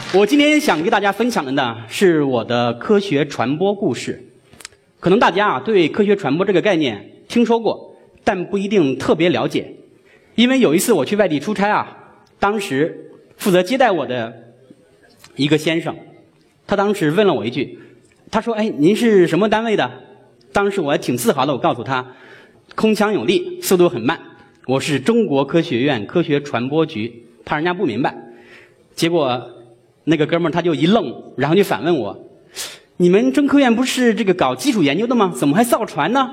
我今天想给大家分享的呢，是我的科学传播故事。可能大家对科学传播这个概念听说过，但不一定特别了解。因为有一次我去外地出差当时负责接待我的一个先生，他当时问了我一句，他说：“哎，您是什么单位的？”当时我还挺自豪的，我告诉他，铿锵有力，速度很慢，我是中国科学院科学传播局，怕人家不明白。结果那个哥们儿他就一愣，然后就反问我：“你们中科院不是这个搞基础研究的吗？怎么还造船呢？”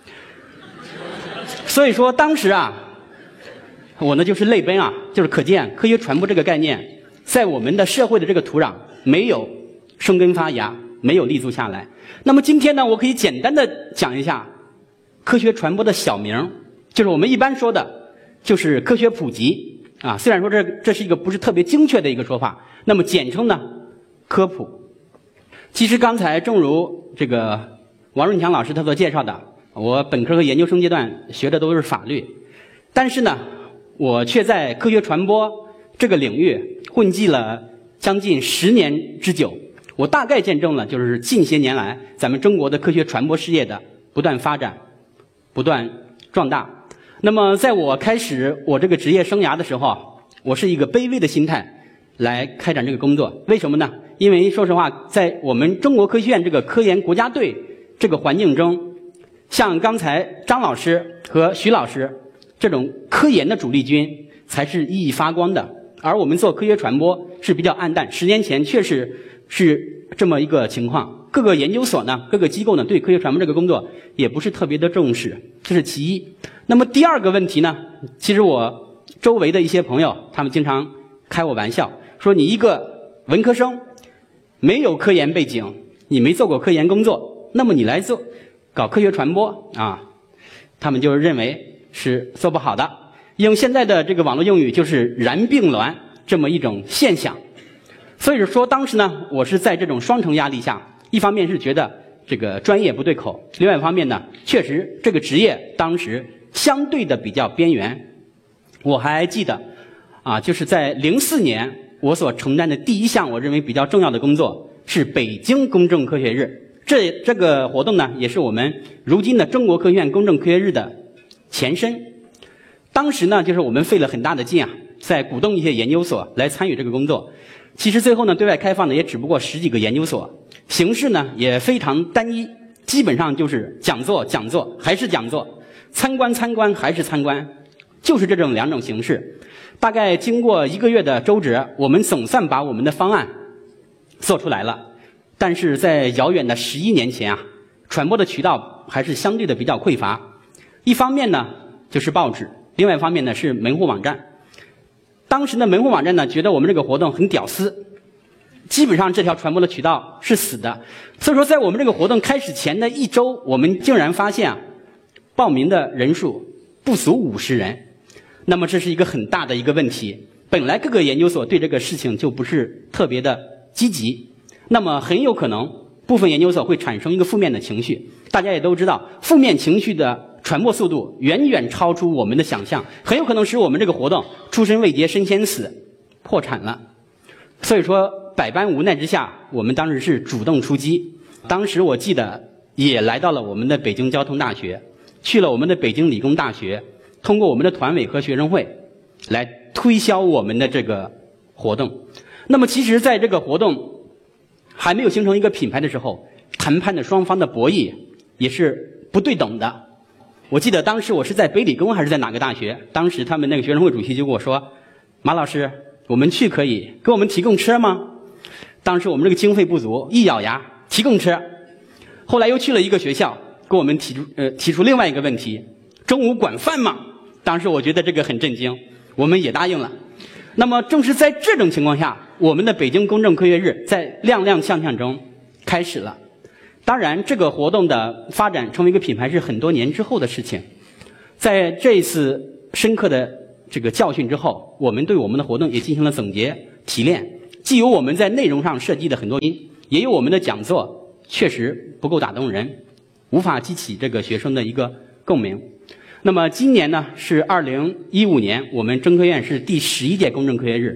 所以说当时我呢就是泪奔就是可见科学传播这个概念在我们的社会的这个土壤没有生根发芽，没有立足下来。那么今天呢，我可以简单的讲一下科学传播的小名，就是我们一般说的就是科学普及虽然说这是一个不是特别精确的一个说法，那么简称呢科普。其实刚才正如这个王润强老师他所介绍的，我本科和研究生阶段学的都是法律，但是呢我却在科学传播这个领域混迹了将近10年之久。我大概见证了就是近些年来咱们中国的科学传播事业的不断发展，不断壮大。那么在我开始我这个职业生涯的时候我是一个卑微的心态来开展这个工作。为什么呢？因为说实话，在我们中国科学院这个科研国家队这个环境中，像刚才张老师和徐老师这种科研的主力军才是熠熠发光的，而我们做科学传播是比较暗淡。10年前确实是这么一个情况，各个研究所呢，各个机构呢，对科学传播这个工作也不是特别的重视，这是其一。那么第二个问题呢，其实我周围的一些朋友他们经常开我玩笑，说你一个文科生没有科研背景，你没做过科研工作，那么你来搞科学传播他们就认为是做不好的。用现在的这个网络用语就是然并卵这么一种现象。所以说当时呢，我是在这种双重压力下，一方面是觉得这个专业不对口，另外一方面呢，确实这个职业当时相对的比较边缘。我还记得就是在04年我所承担的第一项我认为比较重要的工作是北京公正科学日。这个活动呢，也是我们如今的中国科学院公正科学日的前身。当时呢，就是我们费了很大的劲在鼓动一些研究所来参与这个工作。其实最后呢，对外开放的也只不过10几个研究所，形式呢也非常单一，基本上就是讲座还是讲座，参观还是参观，就是这种2种形式。大概经过1个月的周折，我们总算把我们的方案做出来了。但是在遥远的11年前传播的渠道还是相对的比较匮乏。一方面呢就是报纸，另外一方面呢是门户网站。当时的门户网站呢觉得我们这个活动很屌丝，基本上这条传播的渠道是死的。所以说在我们这个活动开始前的1周，我们竟然发现报名的人数不足50人。那么这是一个很大的一个问题。本来各个研究所对这个事情就不是特别的积极，那么很有可能部分研究所会产生一个负面的情绪。大家也都知道，负面情绪的传播速度远远超出我们的想象，很有可能使我们这个活动出身未捷身先死，破产了。所以说百般无奈之下，我们当时是主动出击。当时我记得也来到了我们的北京交通大学，去了我们的北京理工大学，通过我们的团委和学生会来推销我们的这个活动。那么其实在这个活动还没有形成一个品牌的时候，谈判的双方的博弈也是不对等的。我记得当时我是在北理工还是在哪个大学，当时他们那个学生会主席就跟我说，马老师，我们去可以给我们提供车吗？当时我们这个经费不足，一咬牙提供车。后来又去了一个学校，给我们提出另外一个问题，中午管饭吗？当时我觉得这个很震惊，我们也答应了。那么正是在这种情况下，我们的北京公正科学日在踉踉跄跄中开始了。当然这个活动的发展成为一个品牌是很多年之后的事情。在这一次深刻的这个教训之后，我们对我们的活动也进行了总结提炼，既有我们在内容上设计的很多因，也有我们的讲座确实不够打动人，无法激起这个学生的一个共鸣。那么今年呢是2015年，我们中科院是第11届公正科学日。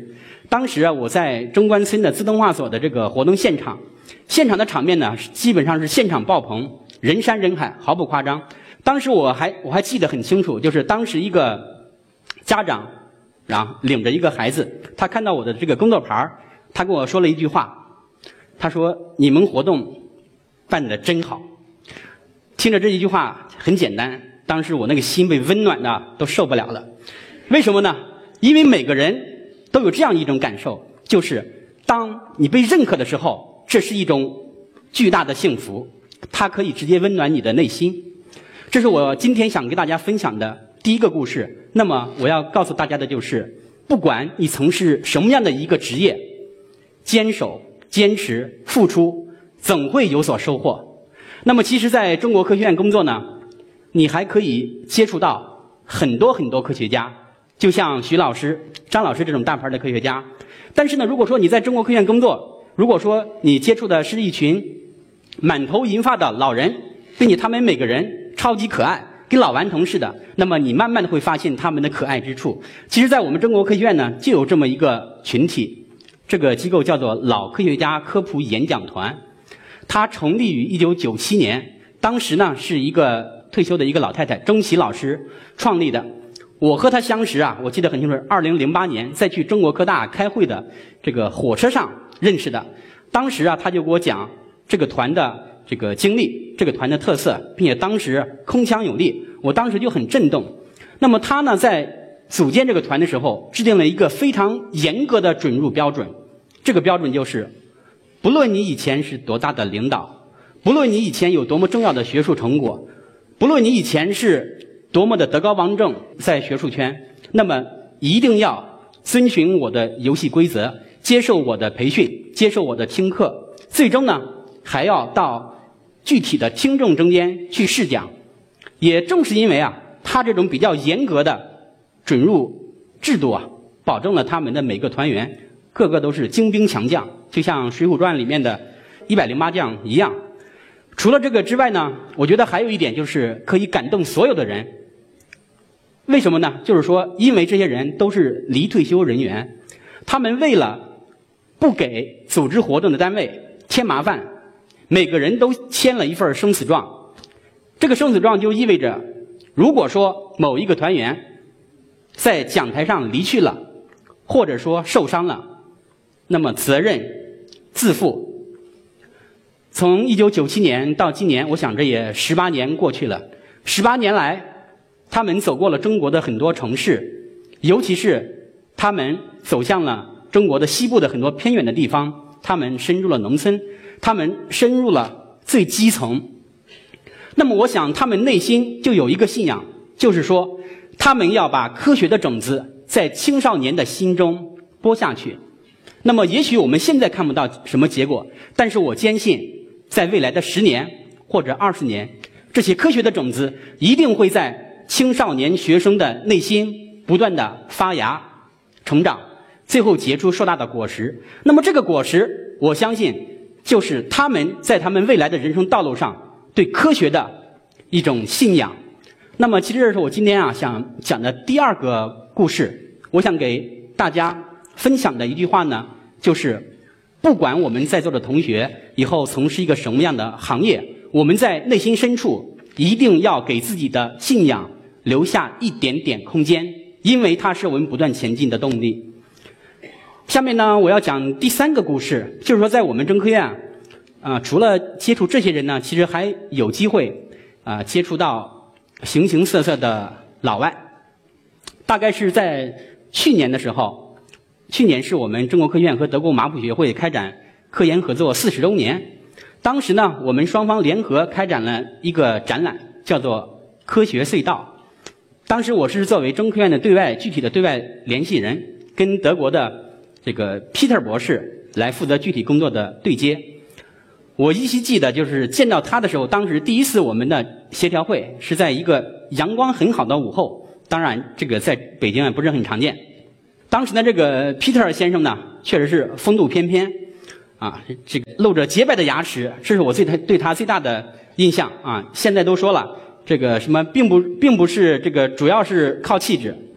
当时啊，我在中关村的自动化所的这个活动现场，现场的场面呢，基本上是现场爆棚，人山人海，毫不夸张。当时我还记得很清楚，就是当时一个家长领着一个孩子，他看到我的这个工作牌，他跟我说了一句话，他说：“你们活动办得真好。”听着这一句话很简单，当时我那个心被温暖的都受不了了。为什么呢？因为每个人都有这样一种感受，就是当你被认可的时候，这是一种巨大的幸福，它可以直接温暖你的内心。这是我今天想跟大家分享的第一个故事。那么我要告诉大家的就是，不管你从事什么样的一个职业，坚守、坚持、付出，总会有所收获。那么其实在中国科学院工作呢，你还可以接触到很多很多科学家，就像徐老师、张老师这种大牌的科学家。但是呢，如果说你在中国科学院工作，如果说你接触的是一群满头银发的老人，并且他们每个人超级可爱，跟老顽童似的，那么你慢慢的会发现他们的可爱之处。其实在我们中国科学院呢，就有这么一个群体，这个机构叫做老科学家科普演讲团。它成立于1997年，当时呢是一个退休的一个老太太钟琦老师创立的。我和她相识啊，我记得很清楚，2008年在去中国科大开会的这个火车上认识的。当时啊，她就给我讲这个团的这个经历，这个团的特色，并且当时铿锵有力，我当时就很震动。那么她呢，在组建这个团的时候，制定了一个非常严格的准入标准。这个标准就是，不论你以前是多大的领导，不论你以前有多么重要的学术成果，不论你以前是多么的德高望重在学术圈，那么一定要遵循我的游戏规则，接受我的培训，接受我的听课，最终呢还要到具体的听众中间去试讲。也正是因为啊，他这种比较严格的准入制度啊，保证了他们的每个团员个个都是精兵强将，就像《水浒传》里面的108将一样。除了这个之外呢，我觉得还有一点就是可以感动所有的人。为什么呢？就是说，因为这些人都是离退休人员，他们为了不给组织活动的单位添麻烦，每个人都签了一份生死状。这个生死状就意味着，如果说某一个团员在讲台上离去了，或者说受伤了，那么责任自负。从1997年到今年，我想这也18年过去了。18年来，他们走过了中国的很多城市，尤其是他们走向了中国的西部的很多偏远的地方，他们深入了农村，他们深入了最基层。那么我想他们内心就有一个信仰，就是说他们要把科学的种子在青少年的心中播下去。那么也许我们现在看不到什么结果，但是我坚信在未来的10年或者20年，这些科学的种子一定会在青少年学生的内心不断的发芽成长，最后结出硕大的果实。那么这个果实，我相信就是他们在他们未来的人生道路上对科学的一种信仰。那么其实这是我今天想讲的第二个故事。我想给大家分享的一句话呢，就是不管我们在座的同学以后从事一个什么样的行业，我们在内心深处一定要给自己的信仰留下一点点空间，因为它是我们不断前进的动力。下面呢，我要讲第三个故事，就是说在我们中科院除了接触这些人呢，其实还有机会接触到形形色色的老外。大概是在去年的时候，去年是我们中国科学院和德国马普学会开展科研合作40周年。当时呢，我们双方联合开展了一个展览，叫做科学隧道。当时我是作为中科院的具体的对外联系人，跟德国的这个 Peter 博士来负责具体工作的对接。我依稀记得，就是见到他的时候，当时第一次我们的协调会是在一个阳光很好的午后，当然这个在北京也不是很常见。当时呢，这个 Peter 先生呢，确实是风度翩翩这个露着洁白的牙齿，这是我对他最大的印象现在都说了，这个什么并不是这个主要是靠气质，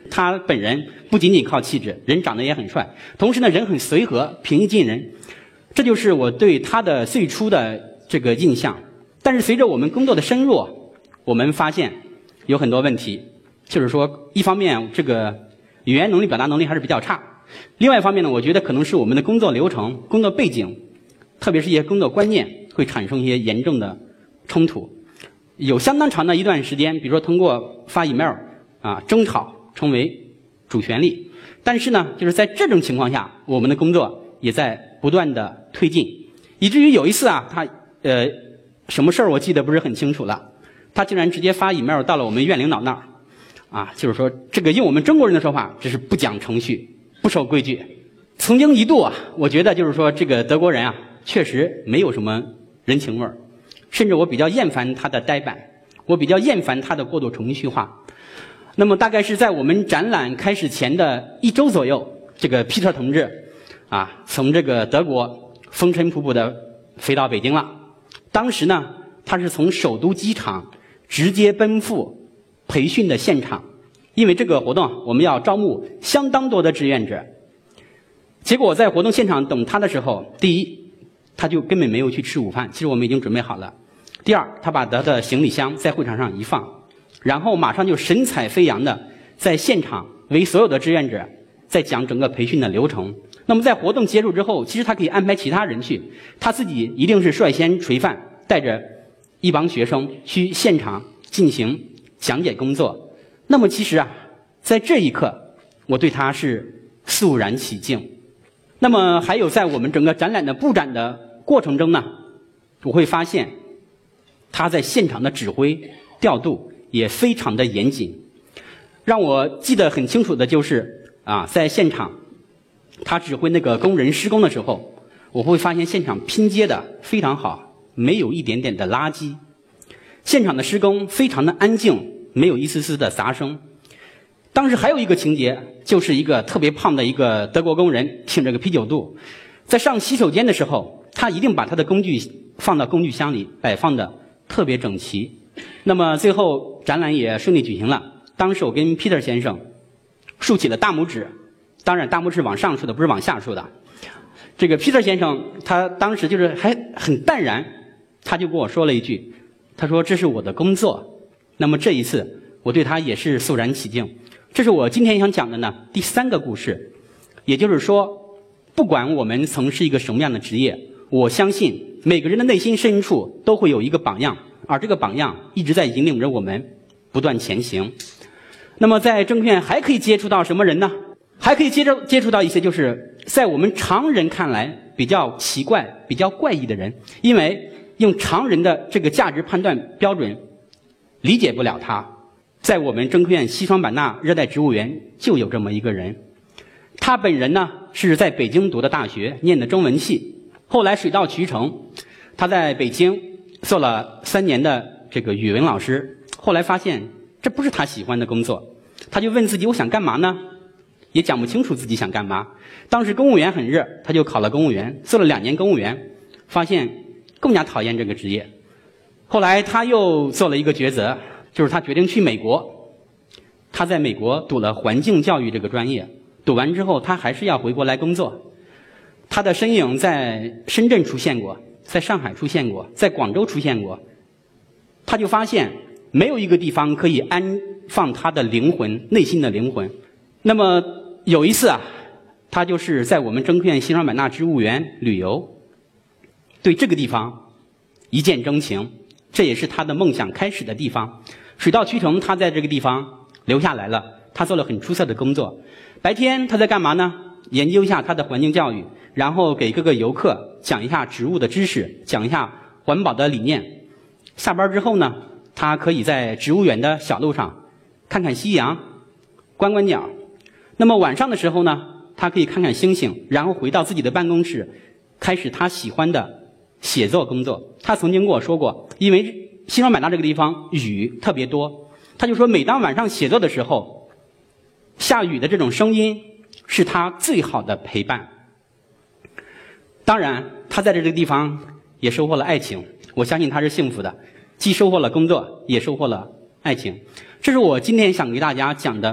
他本人不仅仅靠气质，人长得也很帅，同时呢，人很随和，平易近人。这就是我对他的最初的这个印象。但是随着我们工作的深入，我们发现有很多问题，就是说，一方面这个语言能力、表达能力还是比较差；另外一方面呢，我觉得可能是我们的工作流程、工作背景，特别是一些工作观念，会产生一些严重的冲突。有相当长的一段时间，比如说通过发 email 争吵成为主旋律。但是呢，就是在这种情况下，我们的工作也在不断的推进，以至于有一次他什么事儿我记得不是很清楚了，他竟然直接发 email 到了我们院领导那儿，就是说这个用我们中国人的说法，这是不讲程序、不守规矩。曾经一度我觉得就是说这个德国人确实没有什么人情味儿，甚至我比较厌烦他的呆板，我比较厌烦他的过度程序化。那么大概是在我们展览开始前的1周左右，这个皮特同志从这个德国风尘仆仆的飞到北京了。当时呢，他是从首都机场直接奔赴培训的现场，因为这个活动我们要招募相当多的志愿者。结果我在活动现场等他的时候，第一，他就根本没有去吃午饭，其实我们已经准备好了。第二，他把他的行李箱在会场上一放，然后马上就神采飞扬的在现场为所有的志愿者在讲整个培训的流程。那么在活动结束之后，其实他可以安排其他人去，他自己一定是率先垂范，带着一帮学生去现场进行讲解工作。那么其实在这一刻，我对他是肃然起敬。那么还有在我们整个展览的布展的过程中呢，我会发现他在现场的指挥调度也非常的严谨。让我记得很清楚的就是在现场他指挥那个工人施工的时候，我会发现现场拼接的非常好，没有一点点的垃圾。现场的施工非常的安静，没有一丝丝的杂声。当时还有一个情节，就是一个特别胖的一个德国工人挺着个啤酒肚，在上洗手间的时候，他一定把他的工具放到工具箱里，摆放的特别整齐。那么最后展览也顺利举行了。当时我跟 Peter 先生竖起了大拇指，当然大拇指往上竖的，不是往下竖的。这个 Peter 先生他当时就是还很淡然，他就跟我说了一句，他说这是我的工作。那么这一次我对他也是肃然起敬。这是我今天想讲的呢第3个故事。也就是说，不管我们从事一个什么样的职业，我相信每个人的内心深处都会有一个榜样，而这个榜样一直在引领着我们不断前行。那么在证券还可以接触到什么人呢？还可以接触到一些就是在我们常人看来比较奇怪、比较怪异的人，因为用常人的这个价值判断标准理解不了他。在我们证科院西双版纳热带植物园就有这么一个人，他本人呢是在北京读的大学，念的中文系，后来水到渠成，他在北京做了3年的这个语文老师，后来发现这不是他喜欢的工作，他就问自己我想干嘛呢？也讲不清楚自己想干嘛。当时公务员很热，他就考了公务员，做了2年公务员，发现更加讨厌这个职业。后来他又做了一个抉择，就是他决定去美国。他在美国读了环境教育这个专业，读完之后他还是要回国来工作。他的身影在深圳出现过，在上海出现过，在广州出现过。他就发现没有一个地方可以安放他的灵魂，内心的灵魂。那么有一次他就是在我们证科院西双版纳植物园旅游，对这个地方一见钟情，这也是他的梦想开始的地方。水到渠成，他在这个地方留下来了，他做了很出色的工作。白天他在干嘛呢？研究一下他的环境教育，然后给各个游客讲一下植物的知识，讲一下环保的理念。下班之后呢，他可以在植物园的小路上看看夕阳，观观鸟。那么晚上的时候呢，他可以看看星星，然后回到自己的办公室，开始他喜欢的写作工作。他曾经跟我说过，因为西双版纳这个地方雨特别多，他就说每当晚上写作的时候，下雨的这种声音是他最好的陪伴。当然他在这个地方也收获了爱情，我相信他是幸福的，既收获了工作，也收获了爱情。这是我今天想给大家讲的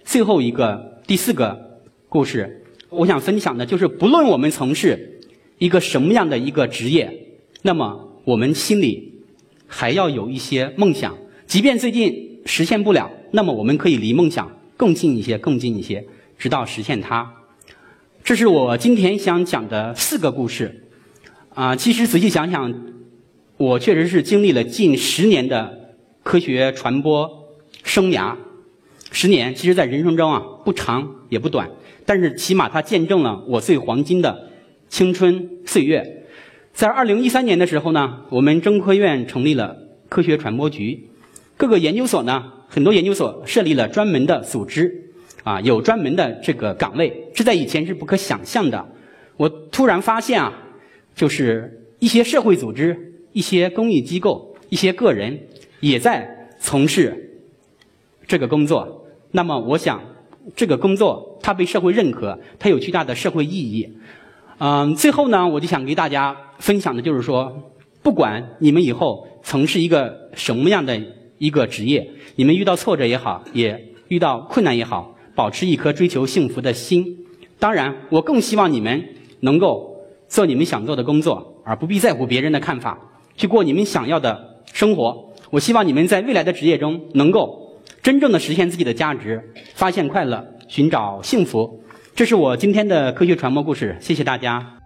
最后一个第4个故事，我想分享的就是，不论我们从事一个什么样的一个职业，那么我们心里还要有一些梦想，即便最近实现不了，那么我们可以离梦想更近一些，更近一些，直到实现它。这是我今天想讲的4个故事。其实仔细想想，我确实是经历了近10年的科学传播生涯。10年，其实在人生中不长也不短，但是起码它见证了我最黄金的青春岁月。在2013年的时候呢，我们中科院成立了科学传播局，各个研究所呢，很多研究所设立了专门的组织，有专门的这个岗位，这在以前是不可想象的。我突然发现就是一些社会组织、一些公益机构、一些个人也在从事这个工作。那么我想，这个工作它被社会认可，它有巨大的社会意义。最后呢，我就想给大家分享的就是说，不管你们以后从事一个什么样的一个职业，你们遇到挫折也好，也遇到困难也好，保持一颗追求幸福的心。当然，我更希望你们能够做你们想做的工作，而不必在乎别人的看法，去过你们想要的生活。我希望你们在未来的职业中能够真正的实现自己的价值，发现快乐，寻找幸福。这是我今天的科学传播故事，谢谢大家。